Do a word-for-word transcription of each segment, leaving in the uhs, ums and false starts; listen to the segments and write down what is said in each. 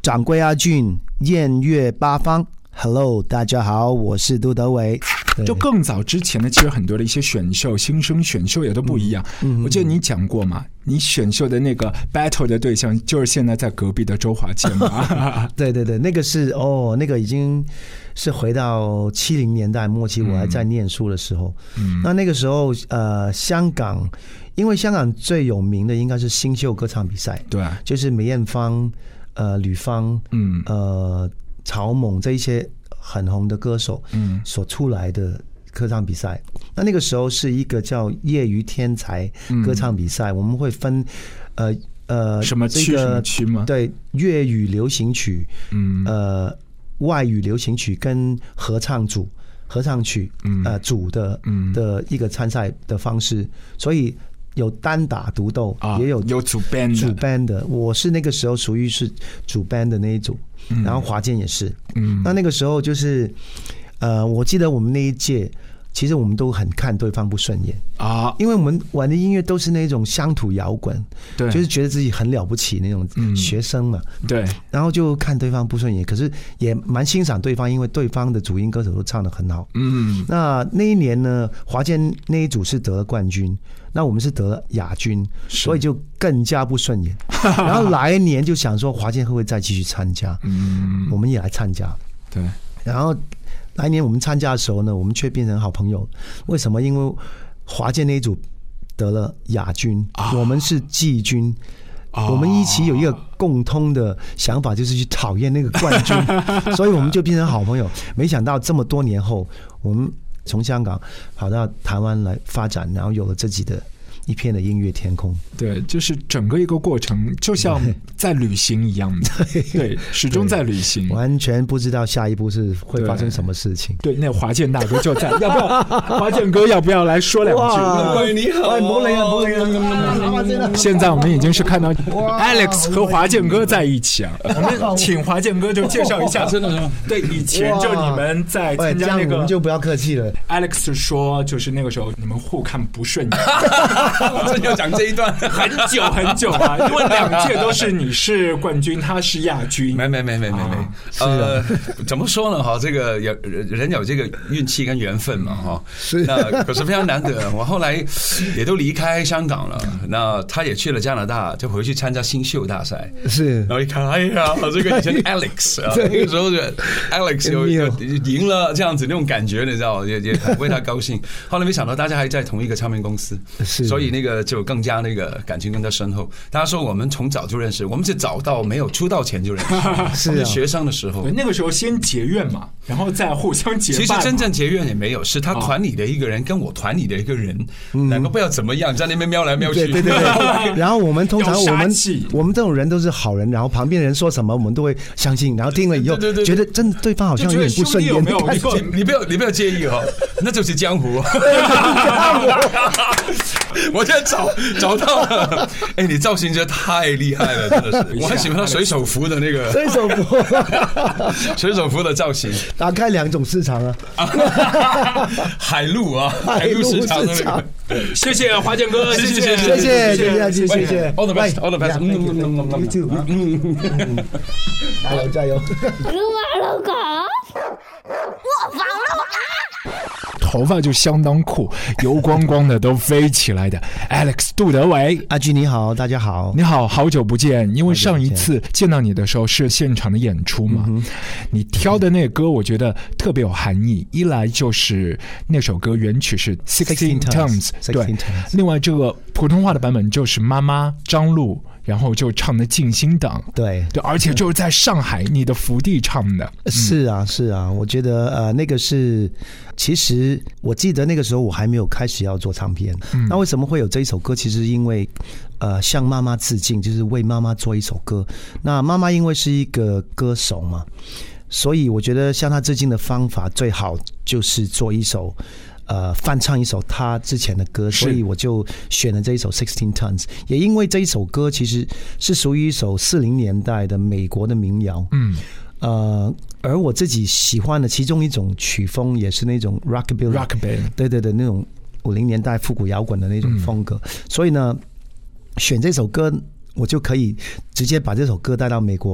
掌柜阿俊，艳月八方。Hello， 大家好，我是杜德伟。 就更早之前呢，其实很多的一些选秀、新生选秀也都不一样。嗯嗯、我记得你讲过嘛，你选秀的那个 battle 的对象就是现在在隔壁的周华健嘛。 对对对，那个是哦，那个已经是回到七零年代末期，我还在念书的时候。嗯、那那个时候，呃，香港，因为香港最有名的应该是新秀歌唱比赛， 对， 就是梅艳芳、呃，吕方，嗯，呃。曹猛这一些很红的歌手所出来的歌唱比赛，嗯、那那个时候是一个叫业余天才歌唱比赛，嗯、我们会分呃呃什么区什么区吗？ 对，粤语流行曲，嗯，呃外语流行曲跟合唱组合唱曲，嗯、呃组的的一个参赛的方式，所以。有单打独斗，啊、也有有组 band 组 band 的。我是那个时候属于是组 band 的那一组，嗯、然后华健也是。嗯，那那个时候就是，呃，我记得我们那一届，其实我们都很看对方不顺眼啊，因为我们玩的音乐都是那种乡土摇滚，对，就是觉得自己很了不起那种学生嘛， 嗯、对， 然后就看对方不顺眼，可是也蛮欣赏对方，因为对方的主音歌手都唱得很好。嗯，那那一年呢，华健那一组是得了冠军。那我们是得了亚军，所以就更加不顺眼。然后来年就想说华健会不会再继续参加？嗯，我们也来参加。 对。 然后来年我们参加的时候呢，我们却变成好朋友。为什么？因为华健那一组得了亚军，啊、我们是季军。啊、我们一起有一个共通的想法，就是去讨厌那个冠军，所以我们就变成好朋友。没想到这么多年后，我们。从香港跑到台湾来发展，然后有了自己的一片的音乐天空。 对，就是整个一个过程，就像在旅行一样的，对，对，始终在旅行， 完全不知道下一步是会发生什么事情。 对，对那华健大哥就在，要不要？华健哥要不要来说两句？ 喂，你好，莫雷啊，莫雷啊！ 现在我们已经是看到 Alex 和华健哥在一起啊，我们请华健哥就介绍一下，真的吗？对，以前就你们在参加那个， 我们就不要客气了。 Alex 说，就是那个时候你们互看不顺眼。 真要讲这一段很久很久啊，因为两届都是你是冠军，他是亚军。 没没没没没没，呃，怎么说呢？哈，这个有人有这个运气跟缘分嘛，哈。是。那可是非常难得，我后来也都离开香港了，那他也去了加拿大，就回去参加新秀大赛。 是。 然后一看，哎呀，这个以前 Alex 啊，那个时候就 Alex 有赢了这样子那种感觉，你知道，也也很为他高兴。后来没想到大家还在同一个唱片公司，是，所以那个就更加那个感情更加深厚。大家说我们从早就认识，我们是早到没有出道前就认识，是学生的时候， 那个时候先结怨嘛，然后再互相结拜。 其实真正结怨也没有，是他团里的一个人跟我团里的一个人，两个不知道怎么样在那边瞄来瞄去。 对对对。然后我们通常我们我们这种人都是好人，然后旁边人说什么我们都会相信，然后听了以后觉得真的对方好像有点不顺眼。 你不要你不要介意哦，那就是江湖。我现在找找到了，哎，你造型真的太厉害了，真的是，我很喜欢他水手服的那个水手服， 水手服的造型， 打开两种市场啊， 海陆啊，海陆市场， 谢谢华健哥， 谢谢谢谢谢谢谢谢谢谢 ，all the best，all the best，you too，加油加油， 撸啊撸狗，我防撸啊。 头发就相当酷，油光光的都飞起来的 Alex 杜德伟。 阿居你好，大家好。 你好，好久不见。因为上一次见到你的时候是现场的演出嘛，嗯、你挑的那个歌我觉得特别有含义。一来就是那首歌原曲是 Sixteen Tones， 对，另外这个普通话的版本就是妈妈张璐。然后就唱的静心党， 对对，而且就是在上海你的福地唱的。 嗯、是啊是啊，我觉得呃那个是，其实我记得那个时候我还没有开始要做唱片，嗯、那为什么会有这一首歌？其实因为呃向妈妈致敬，就是为妈妈做一首歌。那妈妈因为是一个歌手嘛，所以我觉得向她致敬的方法最好就是做一首。呃，翻唱一首他之前的歌，所以我就选了这一首 Sixteen Tones。也因为这一首歌其实是属于一首四零年代的美国的民谣，嗯，呃，而我自己喜欢的其中一种曲风也是那种 rockabilly，rockabilly， 对对对，那种五零年代复古摇滚的那种风格。嗯、所以呢，选这首歌，我就可以直接把这首歌带到美国。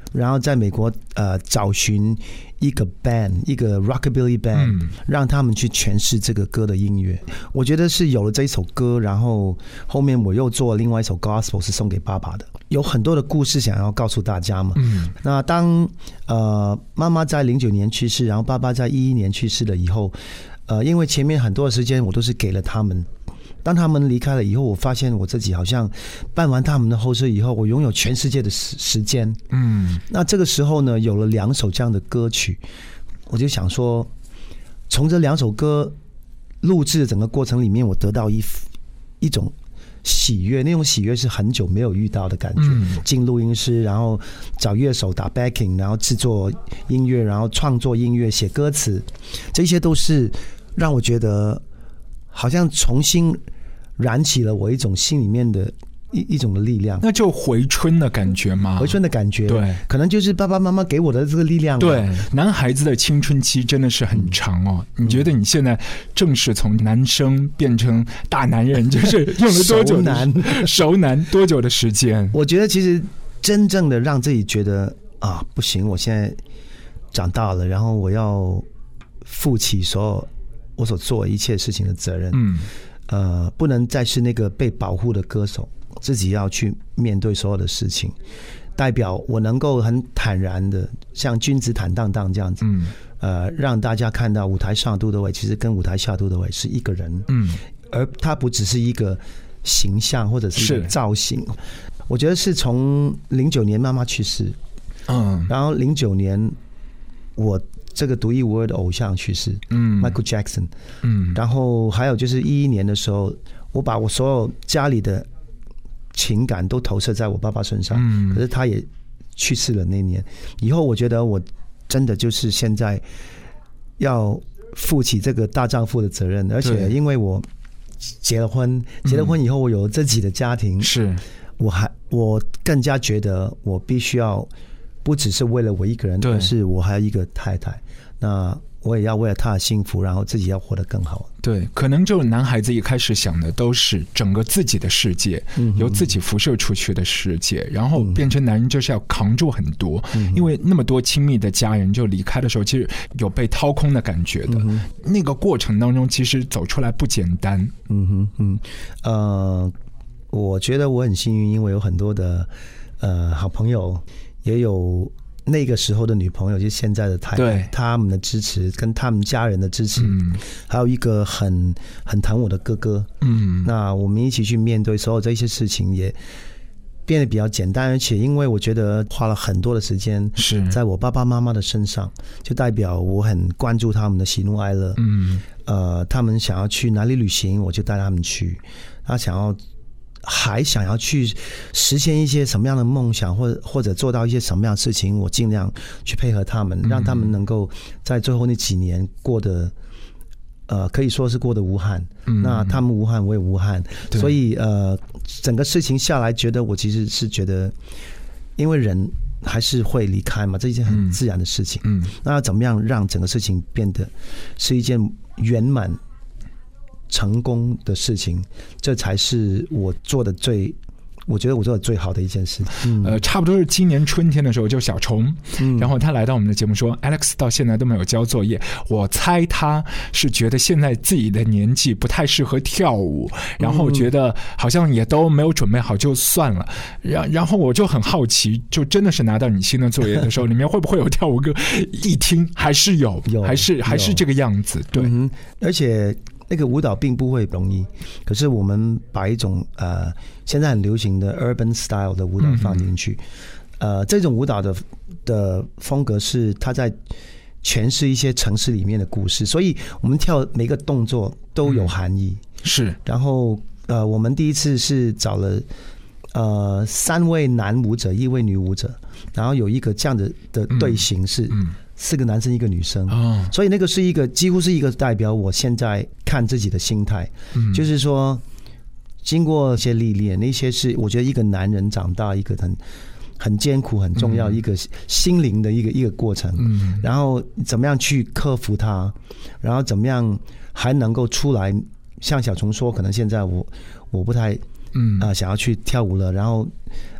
然后在美国呃找寻一个 band， 一个 rockabilly band，、嗯、让他们去诠释这个歌的音乐。我觉得是有了这一首歌，然后后面我又做另外一首 gospel 是送给爸爸的，有很多的故事想要告诉大家嘛。嗯、那当呃妈妈在零九年去世，然后爸爸在一一年去世了以后，呃，因为前面很多的时间我都是给了他们。当他们离开了以后，我发现我自己好像办完他们的后事以后，我拥有全世界的时时间。嗯，那这个时候呢，有了两首这样的歌曲，我就想说，从这两首歌录制的整个过程里面，我得到一一种喜悦，那种喜悦是很久没有遇到的感觉。嗯、进录音室，然后找乐手打 backing， 然后制作音乐，然后创作音乐、写歌词，这些都是让我觉得。好像重新燃起了我一种心里面的一一种的力量， 那就回春的感觉吗？ 回春的感觉， 对， 可能就是爸爸妈妈给我的这个力量。 对，男孩子的青春期真的是很长哦。嗯、你觉得你现在正式从男生变成大男人，就是用了多久？熟男，熟男多久的时间？ 我觉得其实真正的让自己觉得啊，不行，我现在长大了，然后我要负起所有。我所做一切事情的责任，嗯，呃，不能再是那个被保护的歌手，自己要去面对所有的事情，代表我能够很坦然的，像君子坦荡荡这样子，嗯，呃，让大家看到舞台上杜德伟其实跟舞台下杜德伟是一个人，嗯，而他不只是一个形象或者是一个造型。我觉得是从零九年妈妈去世，嗯，然后零九年我。这个独一无二的偶像去世，嗯 ，Michael Jackson， 嗯，然后还有就是一一年的时候，我把我所有家里的情感都投射在我爸爸身上，嗯，可是他也去世了那年。以后我觉得我真的就是现在要负起这个大丈夫的责任，而且因为我结了婚，结了婚以后我有自己的家庭， 是， 我还我更加觉得我必须要。不只是为了我一个人，而是我还有一个太太，那我也要为了她的幸福，然后自己要活得更好。 对，可能就是男孩子一开始想的都是整个自己的世界，嗯、由自己辐射出去的世界，然后变成男人就是要扛住很多，嗯、因为那么多亲密的家人就离开的时候，其实有被掏空的感觉的。嗯、那个过程当中，其实走出来不简单。 嗯哼嗯，呃，我觉得我很幸运，因为有很多的呃好朋友。也有那个时候的女朋友，就是现在的太太，他们的支持跟他们家人的支持，嗯、还有一个很很疼我的哥哥，嗯，那我们一起去面对所有这些事情，也变得比较简单，而且因为我觉得花了很多的时间是在我爸爸妈妈的身上，就代表我很关注他们的喜怒哀乐，嗯，呃，他们想要去哪里旅行，我就带他们去，他想要。还想要去实现一些什么样的梦想，或者或者做到一些什么样的事情，我尽量去配合他们，让他们能够在最后那几年过得，呃，可以说是过得无憾。嗯、那他们无憾，我也无憾，所以呃，整个事情下来，觉得我其实是觉得，因为人还是会离开嘛，这是一件很自然的事情。嗯，那要怎么样让整个事情变得是一件圆满？成功的事情，这才是我做的最，我觉得我做的最好的一件事。 嗯、呃，差不多是今年春天的时候，就小虫，嗯、然后他来到我们的节目说 ，Alex 到现在都没有交作业。我猜他是觉得现在自己的年纪不太适合跳舞，然后觉得好像也都没有准备好，就算了。然然后我就很好奇，就真的是拿到你新的作业的时候，里面会不会有跳舞歌？一听还是有， 有还是还是这个样子。对， 嗯、而且。那个舞蹈并不会容易，可是我们把一种呃现在很流行的 urban style 的舞蹈放进去，嗯、呃，这种舞蹈的的风格是它在诠释一些城市里面的故事，所以我们跳每个动作都有含义。 嗯、是， 然后呃，我们第一次是找了呃三位男舞者，一位女舞者，然后有一个这样的的队形是。嗯嗯四个男生一个女生，哦、所以那个是一个几乎是一个代表我现在看自己的心态，嗯、就是说经过一些历练，那些是我觉得一个男人长大一个很很艰苦很重要、嗯、一个心灵的一个一个过程，嗯、然后怎么样去克服它，然后怎么样还能够出来，像小虫说，可能现在我我不太嗯啊、呃、想要去跳舞了，然后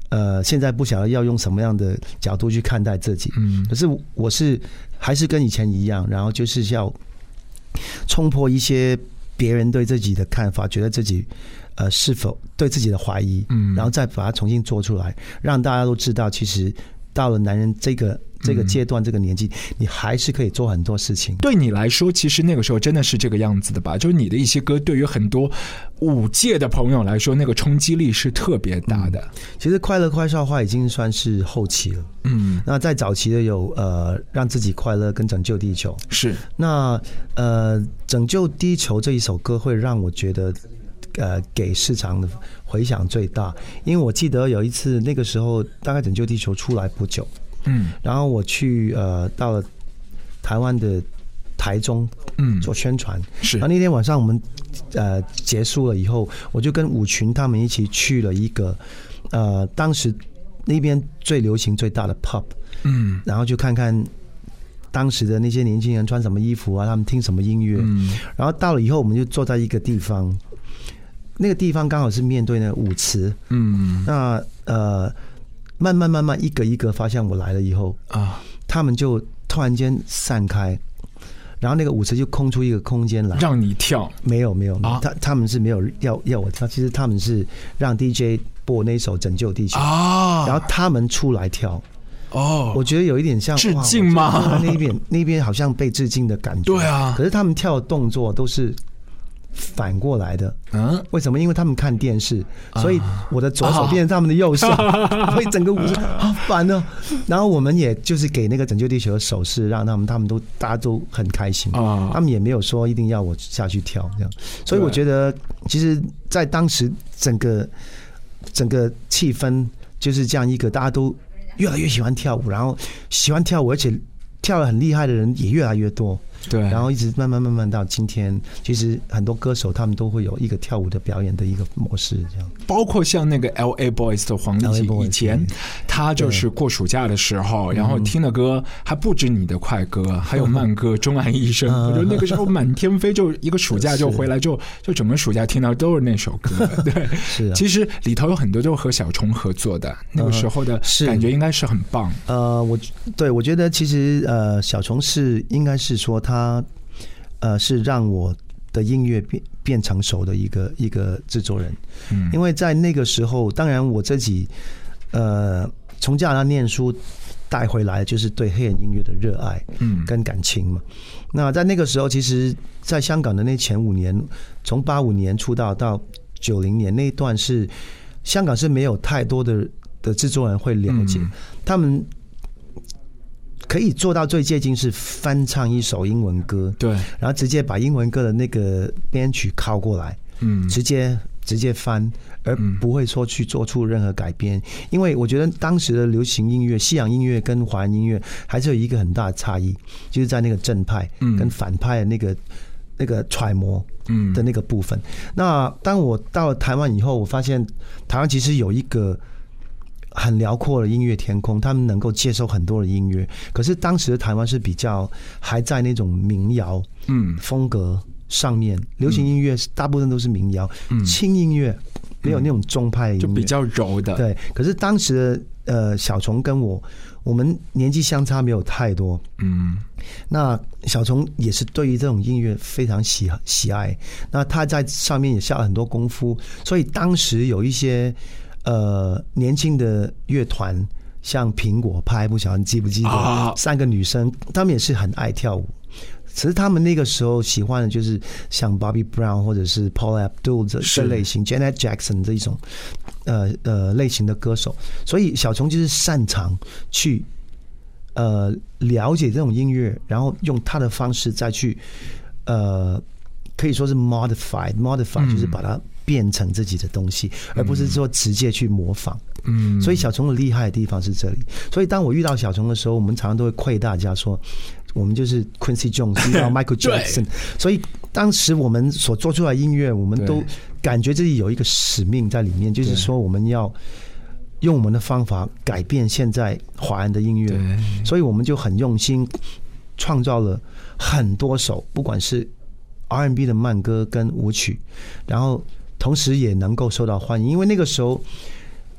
呃，现在不晓得要用什么样的角度去看待自己。嗯，可是我是还是跟以前一样，然后就是要冲破一些别人对自己的看法，觉得自己呃是否对自己的怀疑，嗯，然后再把它重新做出来，让大家都知道，其实到了男人这个。这个阶段这个年纪你还是可以做很多事情。 对你来说其实那个时候真的是这个样子的吧，就是你的一些歌对于很多舞界的朋友来说那个冲击力是特别大的、 嗯、其实快乐快少话已经算是后期了。嗯，那在早期的有呃让自己快乐跟拯救地球。 是， 那呃拯救地球这一首歌会让我觉得呃给市场的回响最大，因为我记得有一次那个时候大概拯救地球出来不久，嗯，然后我去呃到了台湾的台中，嗯，做宣传。是，然后那天晚上我们呃结束了以后，我就跟舞群他们一起去了一个呃当时那边最流行最大的 pub， 嗯，然后就看看当时的那些年轻人穿什么衣服啊，他们听什么音乐，嗯，然后到了以后，我们就坐在一个地方，那个地方刚好是面对那个舞池，嗯，那呃。慢慢慢慢一个一个发现我来了以后啊，他们就突然间散开，然后那个舞池就空出一个空间来让你跳。 没有没有，啊、他他们是没有要要我跳，其实他们是让 D J 播那首拯救地球啊，然后他们出来跳。哦，我觉得有一点像致敬吗？ 那边那边好像被致敬的感觉。 对啊， 可是他们跳的动作都是反过来的，嗯，为什么？因为他们看电视，所以我的左手变成他们的右手，啊、所以整个舞好烦哦。然后我们也就是给那个拯救地球的手势，让他们他们都大家都很开心啊。他们也没有说一定要我下去跳这样，所以我觉得其实，在当时整个整个气氛就是这样一个，大家都越来越喜欢跳舞，然后喜欢跳舞，而且跳得很厉害的人也越来越多。对，然后一直慢慢慢慢到今天，其实很多歌手他们都会有一个跳舞的表演的一个模式，这样。 包括像那个 L A Boys 的黄立行，以前他就是过暑假的时候，然后听的歌还不止你的快歌，还有慢歌《钟爱一生》，我觉得那个时候满天飞，就一个暑假就回来，就就整个暑假听到都是那首歌。对，是。其实里头有很多都和小虫合作的，那个时候的感觉应该是很棒。 呃，我对我觉得其实呃小虫是应该是说他。他呃是让我的音乐变变成熟的一个一个制作人，嗯，因为在那个时候，当然我自己呃从加拿大念书带回来就是对黑人音乐的热爱，嗯，跟感情嘛。那在那个时候，其实在香港的那前五年，从八五年出道到九零年那一段是香港是没有太多的的制作人会了解，嗯、他们。可以做到最接近是翻唱一首英文歌，对，然后直接把英文歌的那个编曲拷过来，嗯，直接直接翻，而不会说去做出任何改编。因为我觉得当时的流行音乐、西洋音乐跟华人音乐还是有一个很大的差异，就是在那个正派跟反派的那个那个揣摩的那个部分。那当我到了台湾以后，我发现台湾其实有一个。很辽阔的音乐天空，他们能够接受很多的音乐。可是当时的台湾是比较还在那种民谣嗯风格上面，流行音乐大部分都是民谣，嗯，轻音乐没有那种中派的音乐， 就比较柔的。 对，可是当时的呃小虫跟我，我们年纪相差没有太多，嗯，那小虫也是对于这种音乐非常喜喜爱，那他在上面也下了很多功夫，所以当时有一些。呃，年轻的乐团像苹果派，不晓得你记不记得？啊、三个女生，她们也是很爱跳舞。只是她们那个时候喜欢的就是像 Bobby Brown 或者是 Paula Abdul 这这类型 ，Janet Jackson 这一种呃呃类型的歌手。所以小虫就是擅长去呃了解这种音乐，然后用他的方式再去呃可以说是 modified，modify、嗯、就是把它。变成自己的东西，而不是说直接去模仿。嗯，所以小虫的厉害的地方是这里。所以当我遇到小虫的时候，我们常常都会馈大家说，我们就是 Quincy Jones 遇到 Michael Jackson。所以当时我们所做出来的音乐，我们都感觉自己有一个使命在里面，就是说我们要用我们的方法改变现在华人的音乐。所以我们就很用心创造了很多首，不管是 R and B 的慢歌跟舞曲，然后。同时也能够受到欢迎，因为那个时候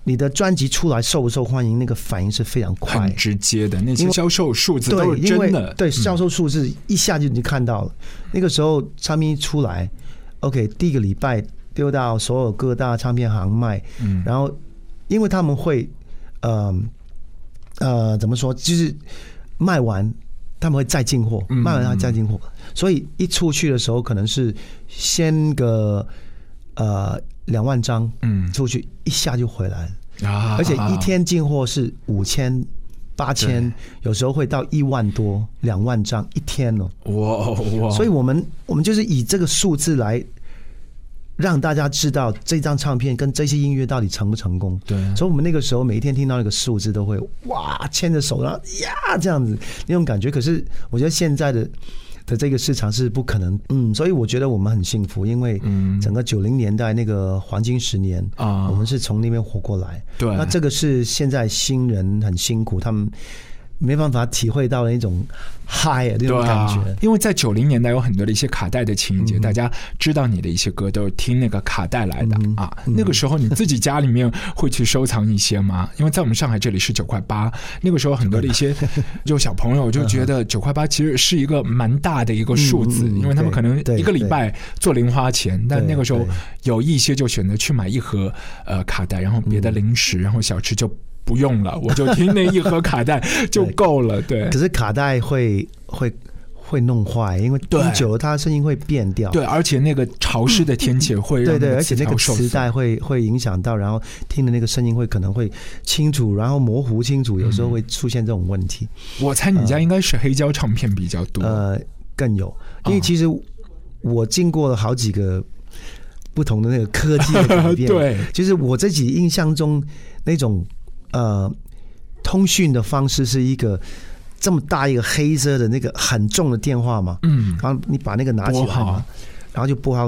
你的专辑出来受不受欢迎，那个反应是非常快、 很直接的，那些销售数字都是真的。 对，销售数字一下就你看到了。嗯、那个时候唱片一出来 ，OK， 第一个礼拜丢到所有各大唱片行卖，嗯、然后因为他们会，呃呃，怎么说，就是卖完。他们会再进货，卖完他再进货，嗯、所以一出去的时候可能是先个呃两万张，嗯，出去一下就回来了，啊、而且一天进货是五千、八千，有时候会到一万多、两万张一天哦，哇哇！所以我们我们就是以这个数字来。让大家知道这张唱片跟这些音乐到底成不成功。对，所以我们那个时候每一天听到那个数字都会哇牵着手，然后呀这样子那种感觉。可是我觉得现在的的这个市场是不可能，嗯，所以我觉得我们很幸福，因为整个九零年代那个黄金十年啊，我们是从那边活过来。对，那这个是现在新人很辛苦，他们。没办法体会到那种嗨的那种感觉、啊， 因为在九零年代有很多的一些卡带的情节、嗯，大家知道你的一些歌都是听那个卡带来的、嗯、啊、嗯。那个时候你自己家里面会去收藏一些吗？因为在我们上海这里是九块八，那个时候很多的一些就小朋友就觉得九块八其实是一个蛮大的一个数字、嗯，因为他们可能一个礼拜做零花钱，但那个时候有一些就选择去买一盒呃卡带，然后别的零食，然后小吃就。不用了，我就听那一盒卡带就够了。对， 可是卡带会会会弄坏，因为听久了它声音会变掉。 对，而且那个潮湿的天气会让对对，而且那个磁带会会影响到，然后听的那个声音会可能会清楚，然后模糊清楚，有时候会出现这种问题。 嗯、我猜你家应该是黑胶唱片比较多， 呃，更有，因为其实我经过了好几个不同的那个科技的改变。对，就是我自己印象中那种。呃，通讯的方式是一个这么大一个黑色的那个很重的电话嘛，嗯，然后你把那个拿起来嘛，然后就拨号，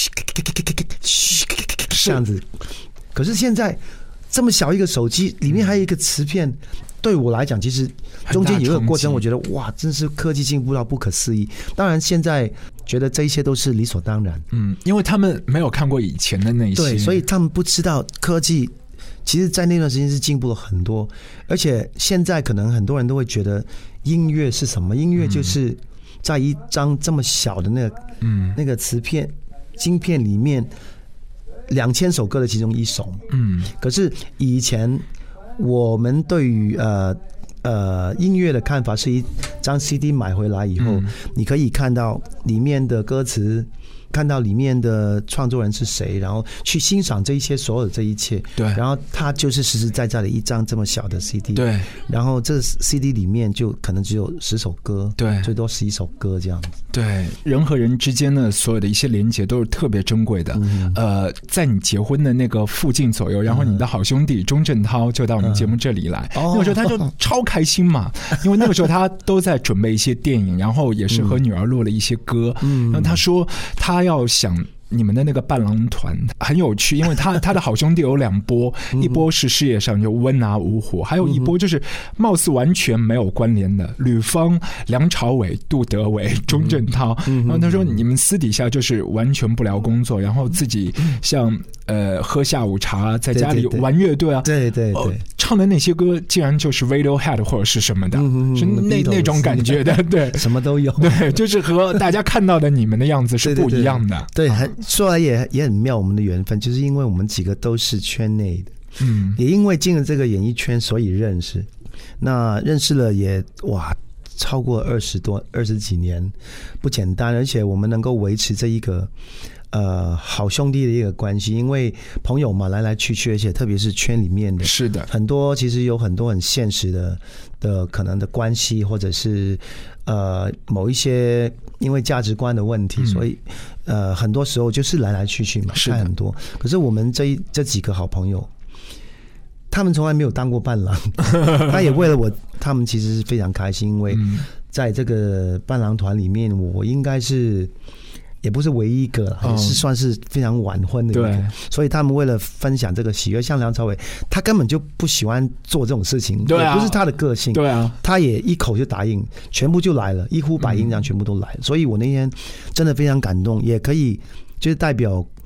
这样子。可是现在这么小一个手机，里面还有一个磁片，对我来讲，其实中间有一个过程，我觉得哇，真是科技进步到不可思议。当然，现在觉得这一些都是理所当然， 嗯，因为他们没有看过以前的那些， 对，所以他们不知道科技。其实，在那段时间是进步了很多，而且现在可能很多人都会觉得音乐是什么？音乐就是在一张这么小的那个嗯那个磁片晶片里面两千首歌的其中一首。嗯，可是以前我们对于呃呃音乐的看法是一张 C D 买回来以后，嗯、你可以看到里面的歌词。看到里面的创作人是谁，然后去欣赏这一些所有的这一切，对，然后它就是实实在在的一张这么小的 C D， 对，然后这 C D 里面就可能只有十首歌，对，最多十一首歌这样子。 对，人和人之间的所有的一些连结都是特别珍贵的。嗯、呃，在你结婚的那个附近左右，然后你的好兄弟钟镇涛就到我们节目这里来，嗯、那个时候他就超开心嘛，因为那个时候他都在准备一些电影，然后也是和女儿录了一些歌，嗯，然后他说他。他要想你们的那个伴郎团很有趣，因为他他的好兄弟有两波，一波是事业上就温拿五虎，还有一波就是貌似完全没有关联的吕方、梁朝伟、杜德伟、钟镇涛。然后他说你们私底下就是完全不聊工作，然后自己像呃喝下午茶，在家里玩乐队啊， 对对对， 唱的那些歌竟然就是 Radiohead 或者是什么的，嗯、是那那种感觉的，对， 什么都有， 对，就是和大家看到的你们的样子是不一样的， 对，很说来也也很妙，我们的缘分就是因为我们几个都是圈内的，嗯，也因为进了这个演艺圈，所以认识，那认识了也哇。超过二十多二十几年，不简单，而且我们能够维持这一个呃好兄弟的一个关系，因为朋友嘛来来去去，而且特别是圈里面的， 是的， 很多其实有很多很现实的的可能的关系，或者是呃某一些因为价值观的问题，嗯、所以呃很多时候就是来来去去嘛，看很多。可是我们这一这几个好朋友。他们从来没有当过伴郎，他也为了我，他们其实是非常开心，因为在这个伴郎团里面，我应该是也不是唯一一个，也是算是非常晚婚的一个，所以他们为了分享这个喜悦，像梁朝伟，他根本就不喜欢做这种事情，对啊，也不是他的个性，对啊，他也一口就答应，全部就来了，一呼百应这样全部都来了，所以我那天真的非常感动，也可以就是代表。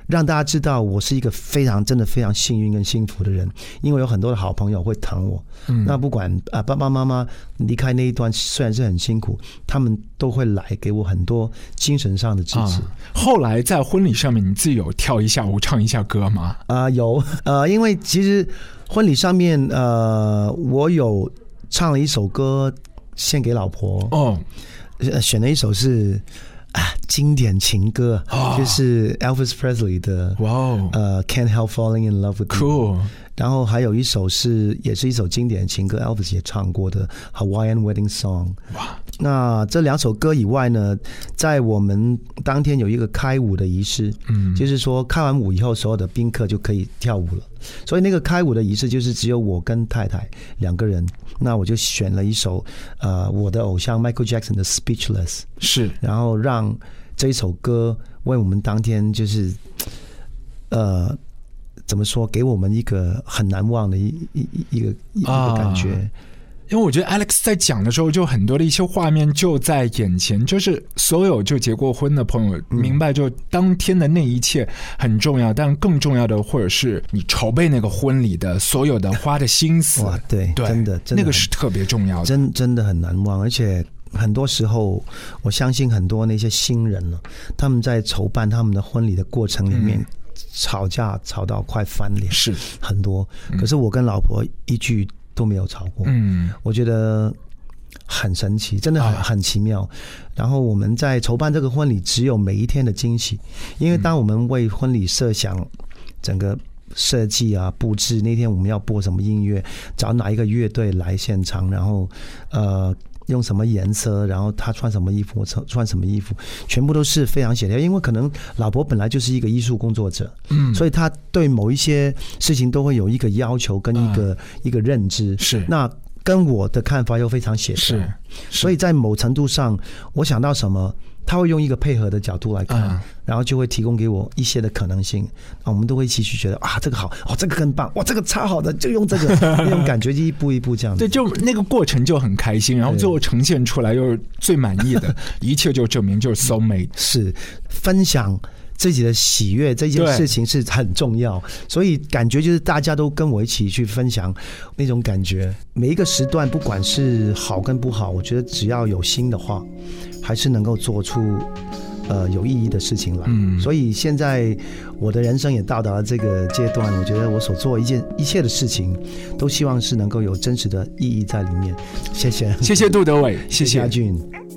让大家知道我是一个非常真的非常幸运跟幸福的人，因为有很多的好朋友会疼我。嗯、那不管啊爸爸妈妈离开那一段虽然是很辛苦，他们都会来给我很多精神上的支持。啊、 后来在婚礼上面，你自己有跳一下舞、唱一下歌吗？ 啊、呃，有呃，因为其实婚礼上面呃，我有唱了一首歌献给老婆哦，选了一首是。啊，经典情歌、oh. 就是 Elvis Presley 的，哇、wow. 呃 ，Can't Help Falling in Love with You。Cool。然后还有一首是，也是一首经典的情歌 ，Elvis 也唱过的 Hawaiian Wedding Song。哇。那这两首歌以外呢，在我们当天有一个开舞的仪式，嗯，就是说开完舞以后，所有的宾客就可以跳舞了。所以那个开舞的仪式就是只有我跟太太两个人。那我就选了一首呃我的偶像 Michael Jackson 的 Speechless， 是，然后让这一首歌为我们当天就是呃怎么说，给我们一个很难忘的一一一个一个感觉。啊， 因为我觉得 Alex 在讲的时候，就很多的一些画面就在眼前，就是所有就结过婚的朋友明白，就当天的那一切很重要，但更重要的，或者是你筹备那个婚礼的所有的花的心思， 哇，对，对，真的，真的那个是特别重要的， 真真的很难忘。而且很多时候，我相信很多那些新人呢，他们在筹办他们的婚礼的过程里面。嗯，吵架吵到快翻脸，是很多。可是我跟老婆一句都没有吵过，嗯，我觉得很神奇，真的很很奇妙。然后我们在筹办这个婚礼，只有每一天的惊喜，因为当我们为婚礼设想整个设计啊布置，那天我们要播什么音乐，找哪一个乐队来现场，然后呃。用什么颜色，然后他穿什么衣服，我穿什么衣服，全部都是非常协调。因为可能老婆本来就是一个艺术工作者，嗯，所以他对某一些事情都会有一个要求跟一个、嗯、一个认知。是，那跟我的看法又非常协调，是，所以在某程度上，我想到什么，他会用一个配合的角度来看，嗯，然后就会提供给我一些的可能性。我们都会一起去觉得啊，这个好，哦，这个更棒，哇，这个超好的，就用这个那种感觉，就一步一步这样子。 对，就那个过程就很开心，然后最后呈现出来又是最满意的，一切就证明就是 soul mate。 是分享自己的喜悦这件事情是很重要，所以感觉就是大家都跟我一起去分享那种感觉。每一个时段不管是好跟不好，我觉得只要有心的话，还是能够做出呃有意义的事情来。嗯，所以现在我的人生也到达了这个阶段，我觉得我所做一件一切的事情，都希望是能够有真实的意义在里面。谢谢， 谢谢杜德伟，谢谢阿俊。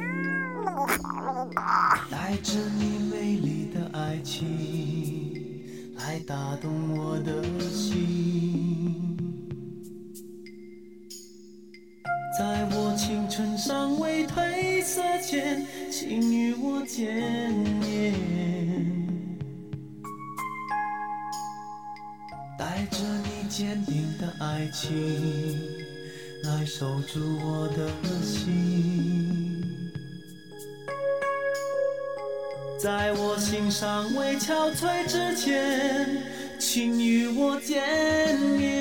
带着你美丽的爱情来打动我的心，在我青春尚未褪色前，请与我见面，带着你坚定的爱情来守住我的心，在我心尚未憔悴之前，请与我见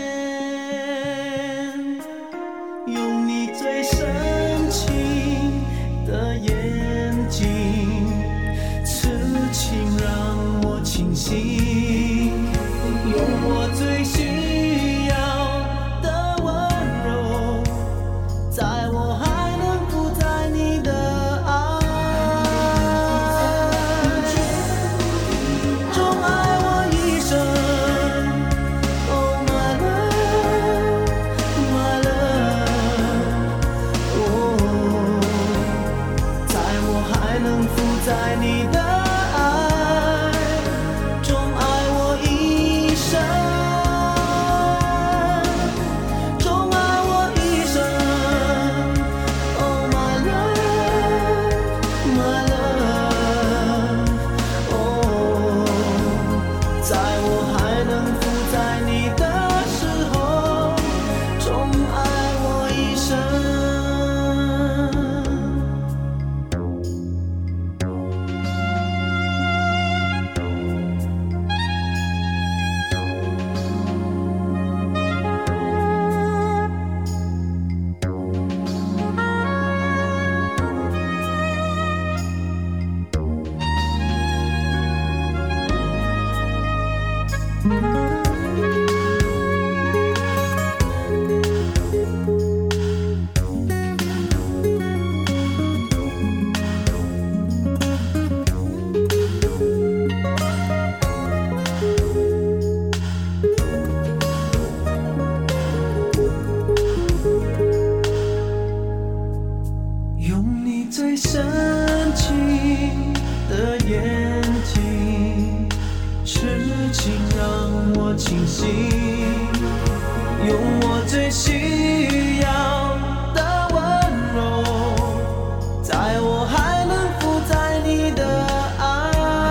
面，用你最深情的眼睛，痴情让我清醒，用我最需要的温柔，在我还能负载你的在你的爱中爱深情的眼睛，痴情让我清醒，用我最需要的温柔，在我还能附在你的爱。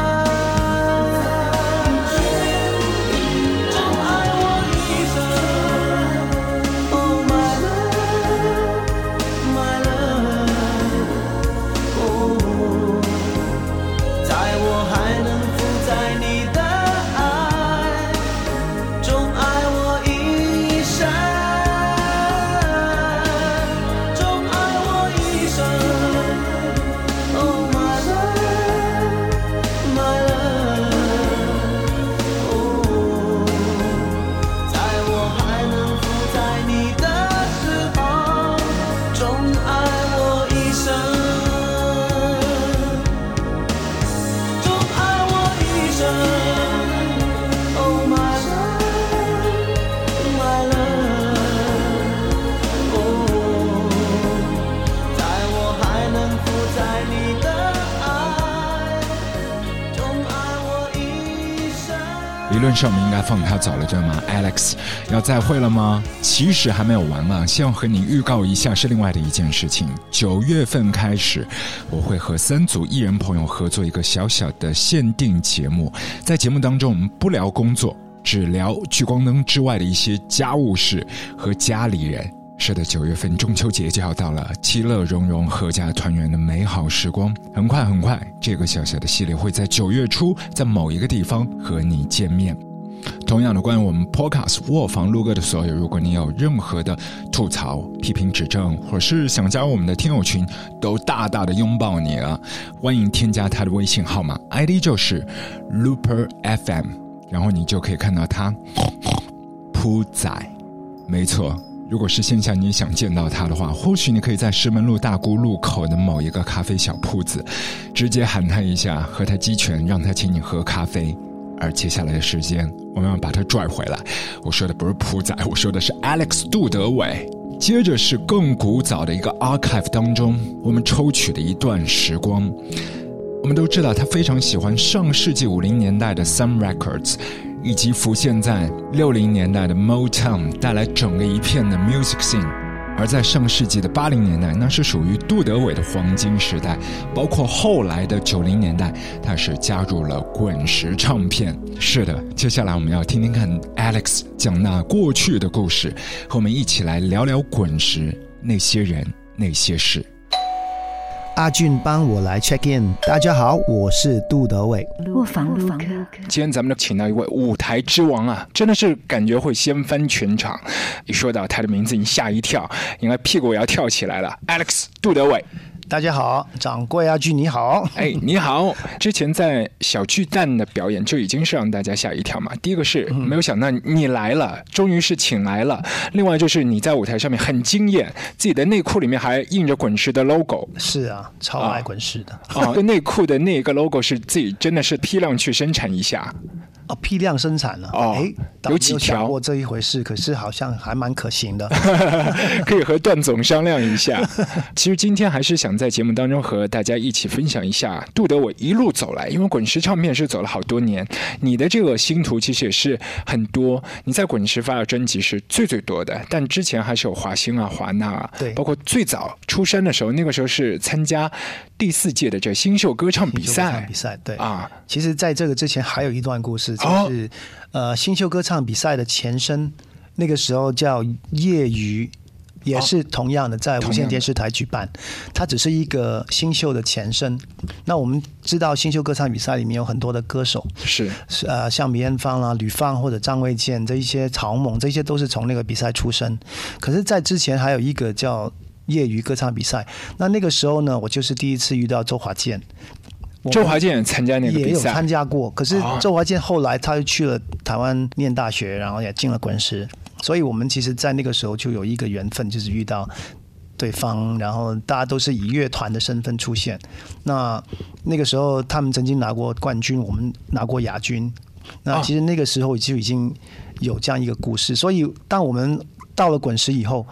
理论上我们应该放他走了，对吗 ？Alex 要再会了吗？其实还没有完啊！先要和你预告一下是另外的一件事情。九月份开始，我会和三组艺人朋友合作一个小小的限定节目，在节目当中我们不聊工作，只聊聚光灯之外的一些家务事和家里人。是的，九月份中秋节就要到了，其乐融融、阖家团圆的美好时光。很快很快，这个小小的系列会在九月初在某一个地方和你见面。同样的，关于我们 Podcast 卧房录歌的所有，如果你有任何的吐槽、批评、指正，或者是想加入我们的听友群，都大大的拥抱你了。欢迎添加他的微信号码 ，I D 就是 Looper F M， 然后你就可以看到他铺仔，没错。如果是线下你想见到他的话，或许你可以在石门路大沽路口的某一个咖啡小铺子直接喊他一下，和他击拳，让他请你喝咖啡。而接下来的时间我们要把他拽回来，我说的不是铺仔，我说的是 Alex 杜德伟。接着是更古早的一个 archive 当中我们抽取的一段时光。我们都知道他非常喜欢上世纪五零年代的 Sun Records，以及浮现在六零年代的 Motown， 带来整个一片的 music scene。而在上世纪的八零年代，那是属于杜德伟的黄金时代，包括后来的九零年代，他是加入了滚石唱片。是的，接下来我们要听听看 Alex 讲那过去的故事，和我们一起来聊聊滚石那些人那些事。 阿俊帮我来 check in， 大家好，我是杜德伟。 卧房录歌， 今天咱们请到一位舞台之王啊，真的是感觉会掀翻全场。一说到他的名字，你吓一跳，应该屁股也要跳起来了。Alex 杜德伟。 大家好，掌柜阿俊你好。 哎，你好。之前在小巨蛋的表演就已经是让大家吓一跳嘛。第一个是没有想到你来了，终于是请来了。另外就是你在舞台上面很惊艳，自己的内裤里面还印着滚石的 logo。 是啊，超爱滚石的。 啊，内裤的那个 logo 是自己真的是批量去生产一下。 哦，批量生产了哦，哎，有几条？ 没有想过这一回事，可是好像还蛮可行的， 可以和段总商量一下。其实今天还是想在节目当中和大家一起分享一下杜德伟一路走来，因为滚石唱片是走了好多年，你的这个星途其实也是很多。你在滚石发的专辑是最最多的，但之前还是有华星啊、华纳啊， 对， 包括最早出山的时候，那个时候是参加第四届的这新秀歌唱比赛。 比赛对啊， 其实在这个之前还有一段故事。就是、哦、呃，新秀歌唱比赛的前身，那个时候叫业余，也是同样的在无线电视台举办，它只是一个新秀的前身。那我们知道新秀歌唱比赛里面有很多的歌手， 是呃，像梅艳芳啦、吕放或者张卫健这一些草蜢，这些都是从那个比赛出身。可是，在之前还有一个叫业余歌唱比赛，那那个时候呢，我就是第一次遇到周华健。 周华健参加那个比赛， 也有参加过。可是周华健后来他又去了台湾念大学，然后也进了滚石，所以我们其实在那个时候就有一个缘分，就是遇到对方，然后大家都是以乐团的身份出现。那那个时候他们曾经拿过冠军，我们拿过亚军。那其实那个时候就已经有这样一个故事，所以当我们到了滚石以后，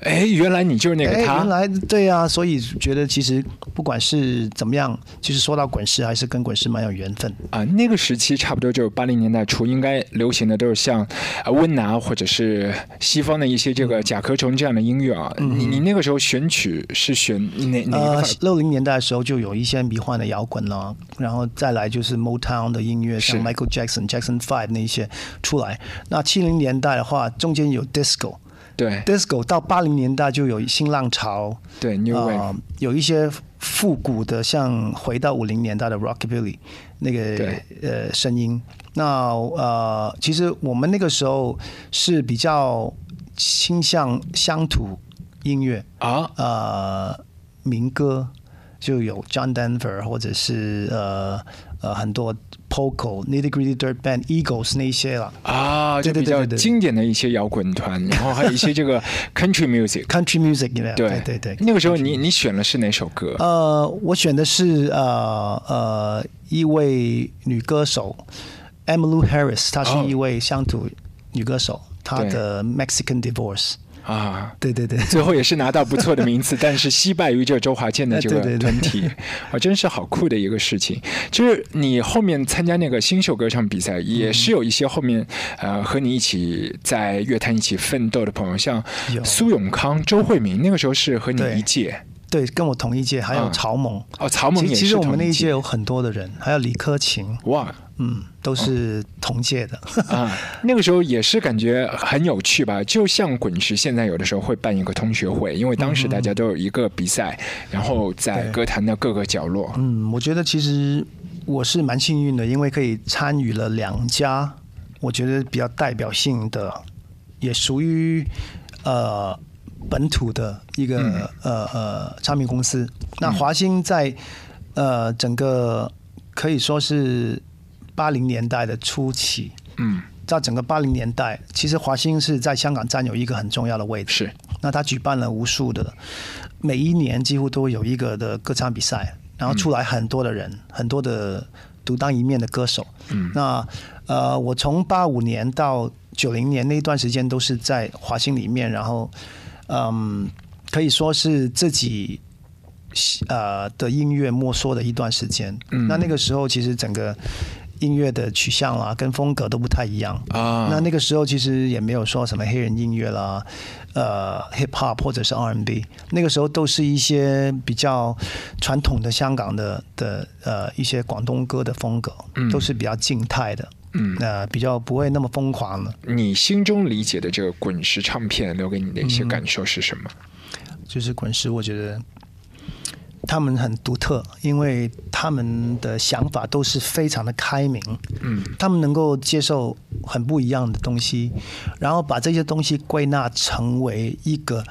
哎，原来你就是那个他。 原来对啊，所以觉得其实不管是怎么样，就是说到滚石，还是跟滚石蛮有缘分啊。那个时期差不多就是八零年代初，应该流行的都是像温拿或者是西方的一些这个甲壳虫这样的音乐啊。嗯、你你那个时候选曲是选哪哪个？ 呃，六零年代的时候就有一些迷幻的摇滚了，然后再来就是 Motown 的音乐，像 Michael Jackson、Jackson Five 那些出来。那七零年代的话，中间有 Disco。 对 ，disco 到八零年代就有新浪潮， 对 ，New Wave、呃、 有一些复古的，像回到五零年代的 Rockabilly 那个呃声音。那呃，其实我们那个时候是比较倾向乡土音乐啊，呃，民歌就有 John Denver 或者是呃呃很多。Poco、Nitty-Gritty Dirt Band、Eagles 那些了啊，就比较经典的一些摇滚团，然后还有一些这个 Country Music、Country Music， 对对对对。 那个时候你你选的是哪首歌？ 呃，我选的是呃呃一位女歌手 Emmylou Harris， 她是一位乡土女歌手，她的 Mexican Divorce。 啊， 对对对， 最后也是拿到不错的名次，但是惜败于这周华健的这个团体，啊，真是好酷的一个事情。就是你后面参加那个新秀歌唱比赛，也是有一些后面呃和你一起在乐坛一起奋斗的朋友，像苏永康、周慧敏，那个时候是和你一届。 对，跟我同一届，还有曹猛、嗯、 哦，曹猛也是同一届。 其实我们那一届有很多的人，还有李克勤， 哇， 嗯，都是同届的、 哦、啊。那个时候也是感觉很有趣吧，就像滚石现在有的时候会办一个同学会，因为当时大家都有一个比赛，嗯、然后在歌坛的各个角落。 嗯，我觉得其实我是蛮幸运的，因为可以参与了两家，我觉得比较代表性的，也属于呃。本土的一个、嗯、呃呃唱片公司，那华星在呃整个可以说是八零年代的初期，嗯，在整个八零年代，其实华星是在香港占有一个很重要的位置。 是， 那他举办了无数的，每一年几乎都有一个的歌唱比赛，然后出来很多的人，嗯、很多的独当一面的歌手。嗯，那呃，我从八五年到九零年那一段时间都是在华星里面，然后。嗯，可以说是自己呃的音乐摸索的一段时间。嗯，那那个时候其实整个音乐的取向啦，跟风格都不太一样啊。那那个时候其实也没有说什么黑人音乐啦，呃 hip hop 或者是 R and B， 那个时候都是一些比较传统的香港的的呃一些广东歌的风格，嗯、都是比较静态的。嗯，呃，比较不会那么疯狂了。 你心中理解的这个滚石唱片留给你的一些感受是什么？ 嗯、就是滚石，我觉得他们很独特，因为他们的想法都是非常的开明。嗯，他们能够接受很不一样的东西，然后把这些东西归纳成为一个，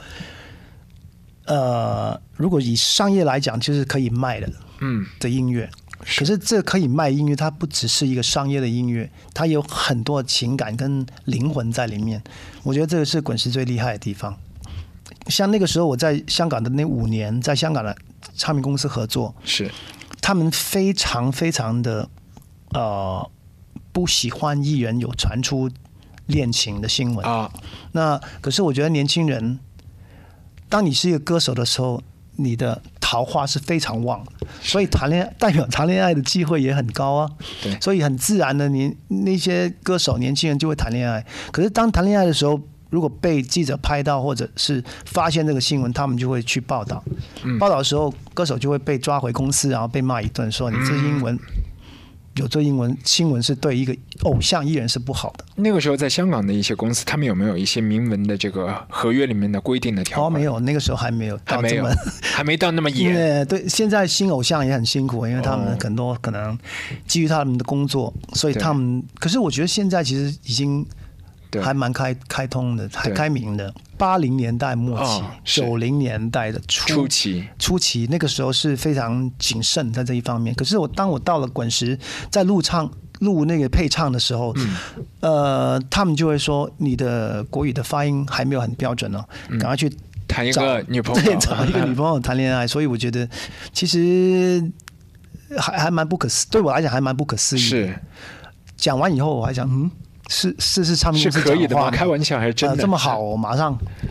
呃，如果以商业来讲，就是可以卖的，嗯，的音乐。可是这可以卖音乐，它不只是一个商业的音乐，它有很多情感跟灵魂在里面。我觉得这个是滚石最厉害的地方。像那个时候我在香港的那五年，在香港的唱片公司合作， 是他们非常非常的呃不喜欢艺人有传出恋情的新闻啊。那可是我觉得年轻人，当你是一个歌手的时候，你的桃花是非常旺，所以谈恋爱代表谈恋爱的机会也很高啊。 对， 所以很自然的，你那些歌手年轻人就会谈恋爱。可是当谈恋爱的时候，如果被记者拍到或者是发现这个新闻，他们就会去报道。嗯、报道的时候，歌手就会被抓回公司，然后被骂一顿，说你这英文。嗯有这英文新闻是对一个偶像艺人是不好的。 那个时候在香港的一些公司，他们有没有一些明文的这个合约里面的规定的条款？ 哦，没有，那个时候还没有到这么， 还没有，还没到那么严。 对，现在新偶像也很辛苦，因为他们很多可能基于他们的工作，所以他们。可是我觉得现在其实已经还蛮开开通的，还开明的。八零年代末期，九零、哦、年代的 初, 初期， 初期那个时候是非常谨慎在这一方面。可是我当我到了滚石，在录唱录那个配唱的时候，嗯、呃，他们就会说你的国语的发音还没有很标准哦，赶、嗯、快去谈一个女朋友， 对，找一个女朋友谈恋爱。所以我觉得其实还还蛮不可思，对我来讲还蛮不可思议。 是讲完以后，我还想，嗯。是是是，唱片公司是可以的吗？开玩笑还是真的？ 呃、这么好，我马上